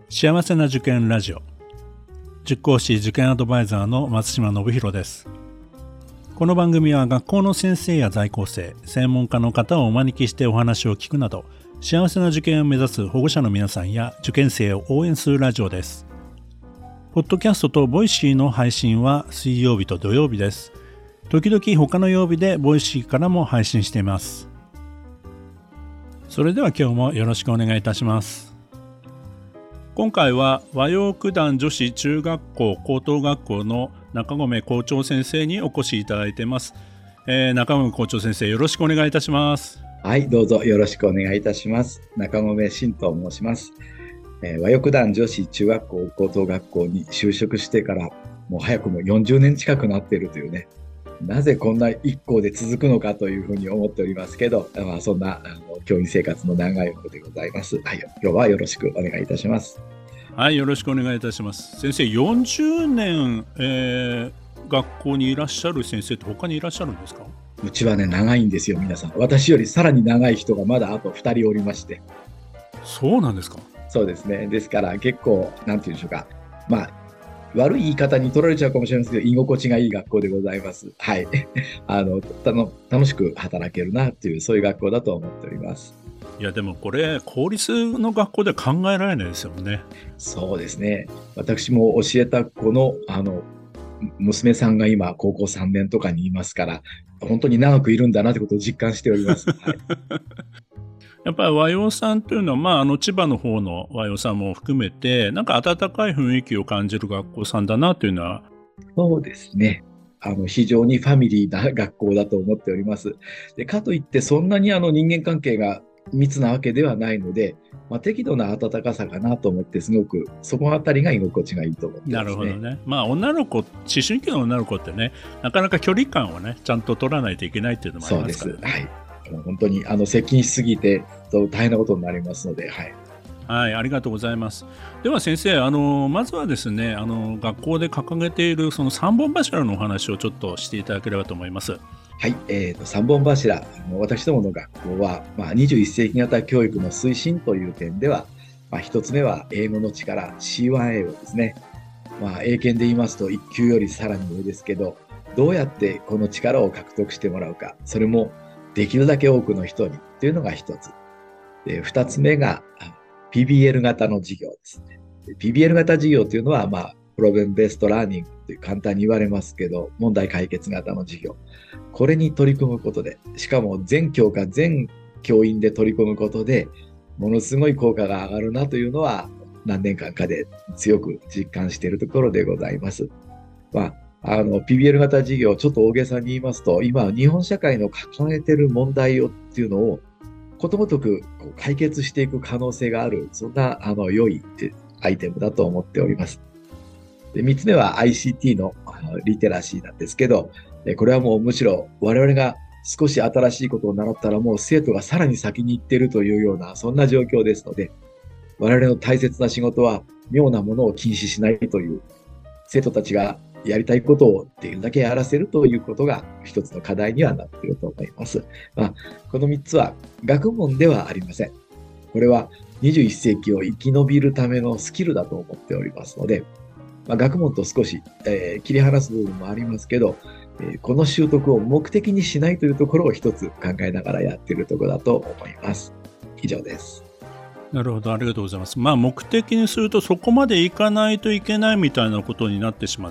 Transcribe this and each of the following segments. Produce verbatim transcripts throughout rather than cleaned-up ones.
幸せな受験ラジオ、塾講師受験アドバイザーの松島信弘です。この番組は学校の先生や在校生、専門家の方をお招きしてお話を聞くなど、幸せな受験を目指す保護者の皆さんや受験生を応援するラジオです。ポッドキャストとボイシーの配信は水曜日と土曜日です。時々他の曜日でボイシーからも配信しています。それでは今日もよろしくお願いいたします。今回は和洋九段女子中学校高等学校の中込校長先生にお越しいただいています。えー、中込校長先生、よろしくお願いいたします。 はい、どうぞよろしくお願いいたします。中込真と申します。えー、和洋九段女子中学校高等学校に就職してからもう早くもよんじゅうねん近くなっているというね、なぜこんな一校で続くのかというふうに思っておりますけど、まあ、そんなあの教員生活の長いものでございます。はい、今日はよろしくお願いいたします。 はい、よろしくお願いいたします。先生、よんじゅうねん、えー、学校にいらっしゃる先生って他にいらっしゃるんですか？ うちはね、長いんですよ、皆さん。私よりさらに長い人がまだあとふたりおりまして。 そうなんですか？ そうですね。ですから結構、なんていうんでしょうか。まあ、悪い言い方に取られちゃうかもしれませんけど、居心地がいい学校でございます。はい。あの、たの楽しく働けるなという、そういう学校だと思っております。 いやでもこれ公立の学校では考えられないですよね。 そうですね。私も教えた子のあの娘さんが今高校さんねんとかにいますから、本当に長くいるんだなということを実感しております。はい、 やっぱり和洋さんというのは、まあ、あの千葉の方の和洋さんも含めてなんか温かい雰囲気を感じる学校さんだなというのは。 そうですね。あの非常にファミリーな学校だと思っております。でかといってそんなにあの人間関係が密なわけではないので、まあ、適度な温かさかなと思って、すごくそこあたりが居心地がいいと思ってますね。 なるほどね。まあ女の子、思春期の女の子ってね、なかなか距離感をねちゃんと取らないといけないっていうのもありますからね。 そうです。はい。もう本当にあの接近しすぎて大変なことになりますので、はい。 はい、ありがとうございます。では先生、あのまずはですね、あの学校で掲げているそのさんぼん柱のお話をちょっとしていただければと思います。 はい、えーと、さんぼん柱、私どもの学校は、まあ、にじゅういっ世紀型教育の推進という点では、まあ、ひとつめは英語の力 シーワン 英語ですね。まあ、英検で言いますといっ級よりさらに上ですけど、どうやってこの力を獲得してもらうか、それもできるだけ多くの人にというのがひとつ。で、ふたつめが ピービーエル 型の授業ですね。ピービーエル 型授業というのは、まあ、プロブレムベーストラーニングという簡単に言われますけど、問題解決型の授業。これに取り組むことで、しかも全教科全教員で取り組むことで、ものすごい効果が上がるなというのは、何年間かで強く実感しているところでございます。まあ、あの ピービーエル 型授業、ちょっと大げさに言いますと、今、日本社会の抱えている問題をっていうのを、ことごとく解決していく可能性がある、そんなあの良いアイテムだと思っております。で、みっつめは アイシーティー のリテラシーなんですけど、これはもうむしろ我々が少し新しいことを習ったらもう生徒がさらに先に行っているというようなそんな状況ですので、我々の大切な仕事は妙なものを禁止しないという、生徒たちがやりたいことをできるだけやらせるということが一つの課題にはなっていると思います。まあ、このみっつは学問ではありません。これはにじゅういっ世紀を生き延びるためのスキルだと思っておりますので、まあ、学問と少し、えー、切り離す部分もありますけど、えー、この習得を目的にしないというところを一つ考えながらやっているところだと思います。以上です。 なるほど、ありがとうございます。まあ目的にするとそこまでいかないといけないみたいなことになってしまって、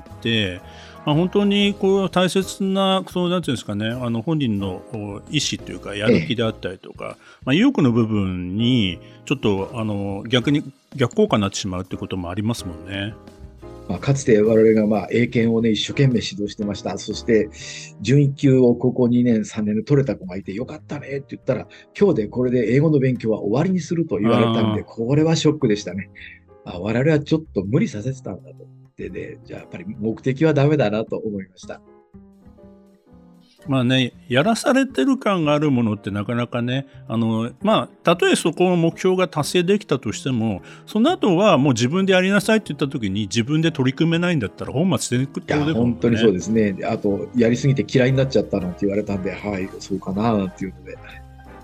まあ、本当にこう大切な、そうなんていうんですかね、あの本人の意思というかやる気であったりとか、ええ、まあ、意欲の部分にちょっとあの逆に逆効果になってしまうってこともありますもんね。 まあ、かつて我々がまあ英検をね、一生懸命指導してました。そして、準いっ級を高校にねん、さんねんで取れた子がいて、よかったねって言ったら、今日でこれで英語の勉強は終わりにすると言われたんで、これはショックでしたね。あ、我々はちょっと無理させてたんだと思ってね、じゃあやっぱり目的はダメだなと思いました。 まあね、やらされてる感があるものってなかなかね、あの、まあ、たとえそこの目標が達成できたとしても、その後はもう自分でやりなさいって言った時に自分で取り組めないんだったら本末転倒ですもんね。 いや、本当にそうですね。あと、やりすぎて嫌いになっちゃったなんて言われたんで、はい、そうかななんていうので。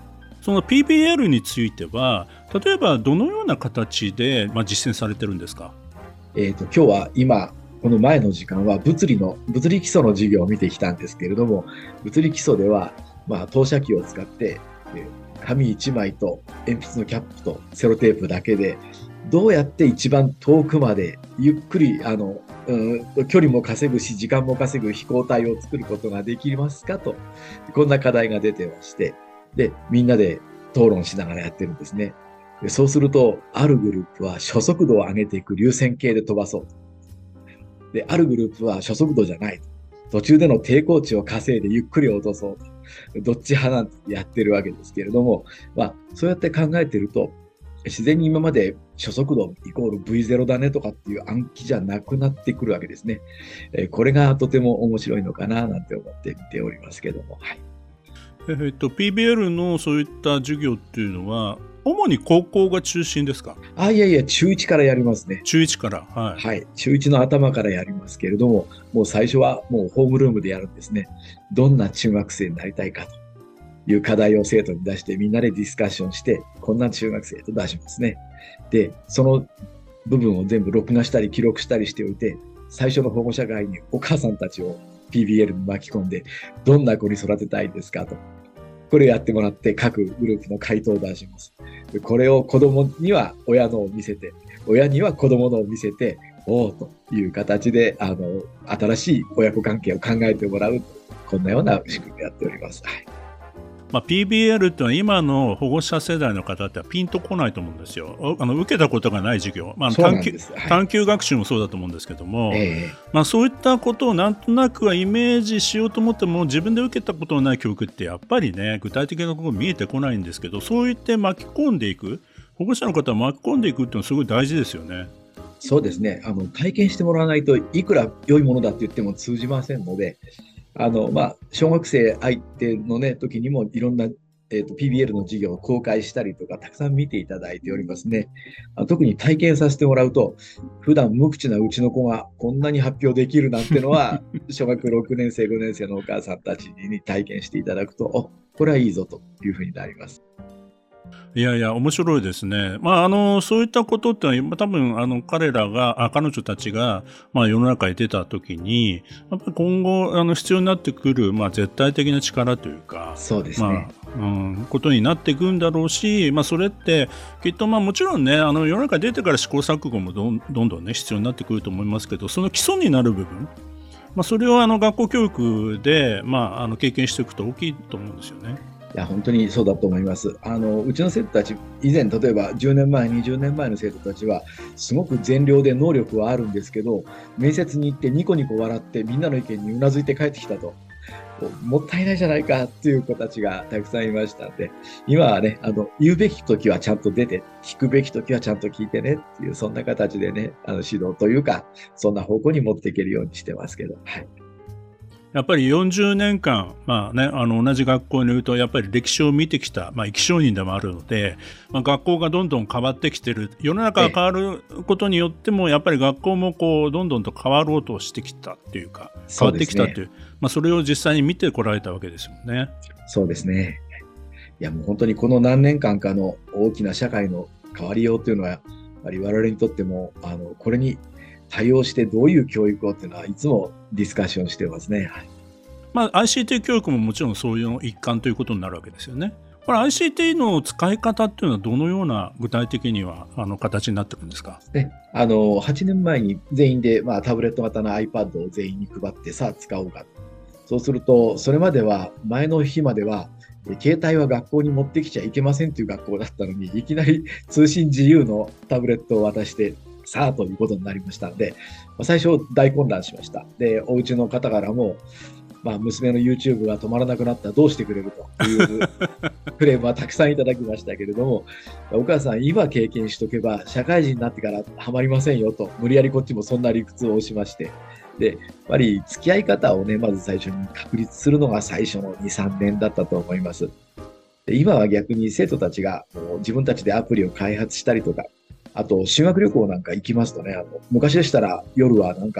その ピービーエル については例えばどのような形で、まあ、実践されてるんですか？ えーと、今日は今この前の時間は物理の物理基礎の授業を見てきたんですけれども、物理基礎では、まあ、投射器を使って、えー、紙いちまいと鉛筆のキャップとセロテープだけでどうやって一番遠くまでゆっくりあの、うん、距離も稼ぐし時間も稼ぐ飛行体を作ることができますかと、こんな課題が出てまして、でみんなで討論しながらやってるんですね。でそうするとあるグループは初速度を上げていく流線形で飛ばそうと、であるグループは初速度じゃないと、途中での抵抗値を稼いでゆっくり落とそうと、どっち派なんてやってるわけですけれども、まあ、そうやって考えてると自然に今まで初速度イコール ブイゼロ だねとかっていう暗記じゃなくなってくるわけですね。えー、これがとても面白いのかななんて思って見ておりますけども、はい。 えー、と ピービーエル のそういった授業っていうのは主に高校が中心ですか？ あ、いやいや、中いちからやりますね。 中いちから、はい。 はい。中いちの頭からやりますけれども、もう最初はもうホームルームでやるんですね。どんな中学生になりたいかという課題を生徒に出してみんなでディスカッションして、こんな中学生と出しますね。で、その部分を全部録画したり記録したりしておいて、最初の保護者会にお母さんたちを ピービーエル に巻き込んで、どんな子に育てたいですかと。これやってもらって各グループの回答を出します。これを子供には親のを見せて、親には子供のを見せて、おーという形で、あの、新しい親子関係を考えてもらう。こんなような仕組みをやっております。はい。 まあ、ピービーエル っていうのは今の保護者世代の方ってピンとこないと思うんですよ。あの受けたことがない授業、まあ、探究、はい、探究学習もそうだと思うんですけども、えーまあ、そういったことをなんとなくはイメージしようと思っても自分で受けたことのない教育ってやっぱりね具体的なことが見えてこないんですけど、そういって巻き込んでいく、保護者の方を巻き込んでいくっていうのはすごい大事ですよね。 そうですね。あの体験してもらわないといくら良いものだって言っても通じませんので、あの、まあ、小学生相手の、ね、時にもいろんなえーと、ピービーエル の授業を公開したりとかたくさん見ていただいておりますね。あ、特に体験させてもらうと、普段無口なうちの子がこんなに発表できるなんてのは小学ろくねん生ごねん生のお母さんたちに体験していただくと、お、これはいいぞというふうになります。 いやいや面白いですね。まああのそういったことってのは多分あの彼らがあ彼女たちがまあ世の中に出た時にやっぱり今後あの必要になってくるまあ絶対的な力というか、 そうですね。 まあうん、ことになっていくんだろうし、まあそれってきっとまあもちろんねあの世の中に出てから試行錯誤もどんどんどんね必要になってくると思いますけど、その基礎になる部分、まあそれをあの学校教育でまああの経験していくと大きいと思うんですよね。 いや本当にそうだと思います。あのうちの生徒たち、以前例えばじゅうねんまえにじゅうねんまえの生徒たちはすごく善良で能力はあるんですけど、面接に行ってニコニコ笑ってみんなの意見にうなずいて帰ってきたと、もったいないじゃないかっていう子たちがたくさんいましたんで、今はねあの言うべき時はちゃんと出て、聞くべき時はちゃんと聞いてねっていう、そんな形でねあの指導というかそんな方向に持っていけるようにしてますけど、はい。 やっぱりよんじゅうねんかん、まあね、あの同じ学校にいるとやっぱり歴史を見てきた、まあ、生き証人でもあるので、まあ、学校がどんどん変わってきてる、世の中が変わることによってもやっぱり学校もこうどんどんと変わろうとしてきたっていうか変わってきたっていう、そ、ね、まあ、それを実際に見てこられたわけですよね。 そうですね。いやもう本当にこの何年間かの大きな社会の変わりようというのはやっぱり我々にとってもあのこれに対応してどういう教育をっていうのはいつもディスカッションしてますね。はい。 まあ、アイシーティー 教育ももちろんそういうの一環ということになるわけですよね。これ アイシーティー の使い方っていうのはどのような具体的にはあの形になってるんですか？ ね、あのはちねんまえに全員で、まあ、タブレット型の iPad を全員に配ってさあ使おうか。そうするとそれまでは前の日までは携帯は学校に持ってきちゃいけませんという学校だったのに、いきなり通信自由のタブレットを渡してさあということになりましたので、最初大混乱しました。で、お家の方からも、まあ、娘の YouTube が止まらなくなったらどうしてくれるというクレームはたくさんいただきましたけれども、お母さん今経験しとけば社会人になってからハマりませんよと、無理やりこっちもそんな理屈をしまして、でやっぱり付き合い方をねまず最初に確立するのが最初の にさんねんだったと思います。で今は逆に生徒たちがもう自分たちでアプリを開発したりとか、あと修学旅行なんか行きますとね、あの昔でしたら夜はなんか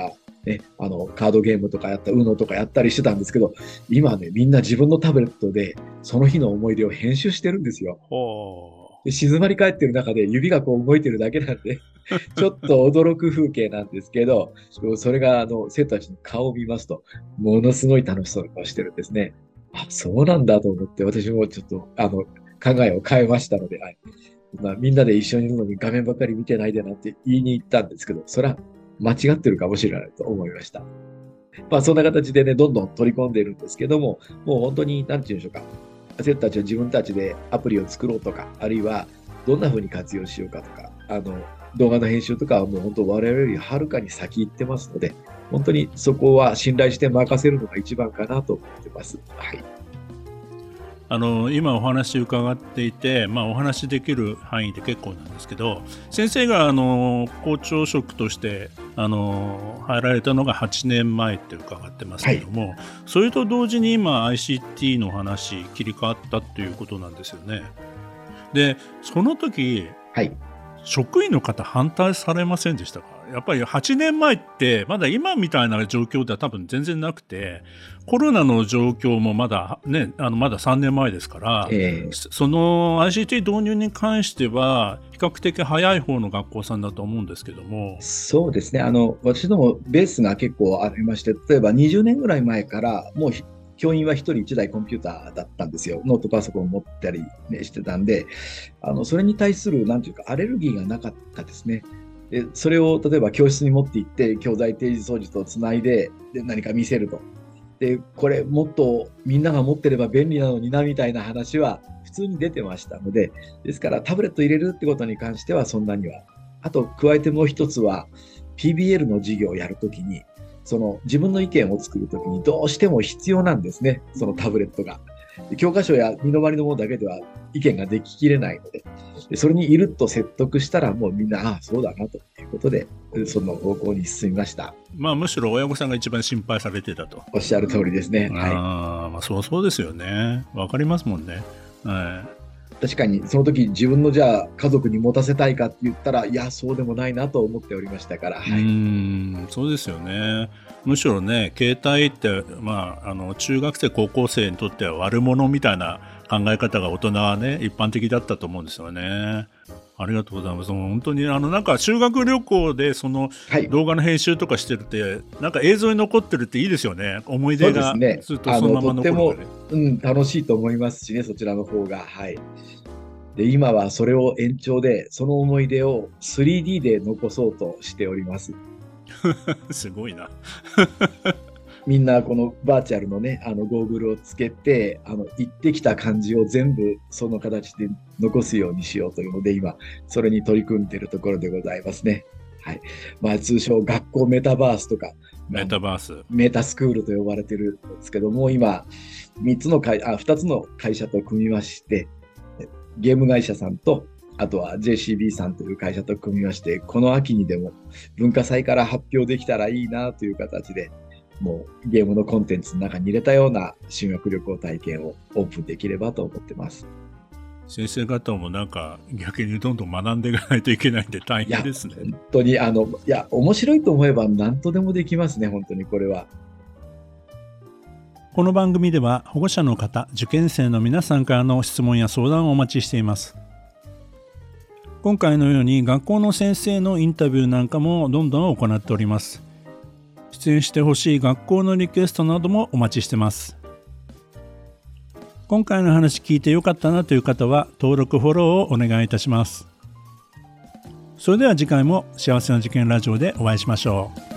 ね、あのカードゲームとかやった、ウノとかやったりしてたんですけど、今ね、みんな自分のタブレットでその日の思い出を編集してるんですよ。で静まり返ってる中で指がこう動いてるだけなんでちょっと驚く風景なんですけど、それがあの生徒たちの顔を見ますと、ものすごい楽しそうな顔してるんですね。あ、そうなんだと思って、私もちょっとあの考えを変えましたので、はい、まあ、みんなで一緒にいるのに画面ばっかり見てないでなんて言いに行ったんですけど、それは間違ってるかもしれないと思いました。まあ、そんな形でね、どんどん取り込んでいるんですけども、もう本当に、なんていうんでしょうか、生徒たちは自分たちでアプリを作ろうとか、あるいはどんな風に活用しようかとか、あの動画の編集とかはもう本当我々よりはるかに先行ってますので、本当にそこは信頼して任せるのが一番かなと思ってます。はい。 あの今お話伺っていて、まあ、お話できる範囲で結構なんですけど、先生があの校長職としてあの入られたのがはちねんまえって伺ってますけども、はい、それと同時に今 アイシーティー の話切り替わったっていうことなんですよね。でその時、はい、職員の方反対されませんでしたか？やっぱりはちねんまえってまだ今みたいな状況では多分全然なくて、コロナの状況もまだね、あのまださんねんまえですから、えー、その アイシーティー 導入に関しては比較的早い方の学校さんだと思うんですけども。 そうですね、あの私どもベースが結構ありまして、例えばにじゅうねんぐらい前からもう教員はひとりいちだいコンピューターだったんですよ。ノートパソコンを持ったり、ね、してたんで、あのそれに対するなんていうかアレルギーがなかったですね。でそれを例えば教室に持って行って教材提示装置とつないで、で何か見せると。でこれもっとみんなが持ってれば便利なのになみたいな話は普通に出てましたので、ですからタブレット入れるってことに関してはそんなには。あと加えてもう一つは ピービーエル の授業をやるときに、その自分の意見を作るときにどうしても必要なんですね、そのタブレットが。教科書や身の回りのものだけでは意見ができきれないので、でそれにいると説得したらもうみんな、ああそうだなということでその方向に進みました。 まあむしろ親御さんが一番心配されてたと。 おっしゃる通りですね。 あ、はい、まあそうそうですよね。わかりますもんね。はい、 確かにその時自分のじゃあ家族に持たせたいかって言ったら、いやそうでもないなと思っておりましたから、はい、 うーんそうですよね。むしろね、携帯って、まあ、あの中学生高校生にとっては悪者みたいな考え方が大人はね一般的だったと思うんですよね。ありがとうございます。本当にあのなんか修学旅行でその動画の編集とかしてるって、はい、なんか映像に残ってるっていいですよね。思い出がずっとそのまま残るので、ね、 とっても、うん、楽しいと思いますしね、そちらの方が。はい。で今はそれを延長でその思い出を スリーディー で残そうとしております。 すごいな。 みんなこのバーチャルのね、あのゴーグルをつけて、あの行ってきた感じを全部その形で残すようにしようというので、今それに取り組んでいるところでございますね。はい。まあ通称学校メタバースとか、 メタバース、 メタスクールと呼ばれてるんですけども、今みっつの会あふたつの会社と組みまして、ゲーム会社さんとあとは ジェーシービー さんという会社と組みまして、この秋にでも文化祭から発表できたらいいなという形で、もうゲームのコンテンツの中に入れたような修学旅行体験をオープンできればと思ってます。 先生方もなんか逆にどんどん学んでいかないといけないんで大変ですね。 いや本当にあのいや面白いと思えば何とでもできますね。本当にこれは。 この番組では保護者の方、受験生の皆さんからの質問や相談をお待ちしています。今回のように学校の先生のインタビューなんかもどんどん行っております。出演してほしい学校のリクエストなどもお待ちしてます。今回の話聞いてよかったなという方は登録フォローをお願いいたします。それでは次回も幸せな受験ラジオでお会いしましょう。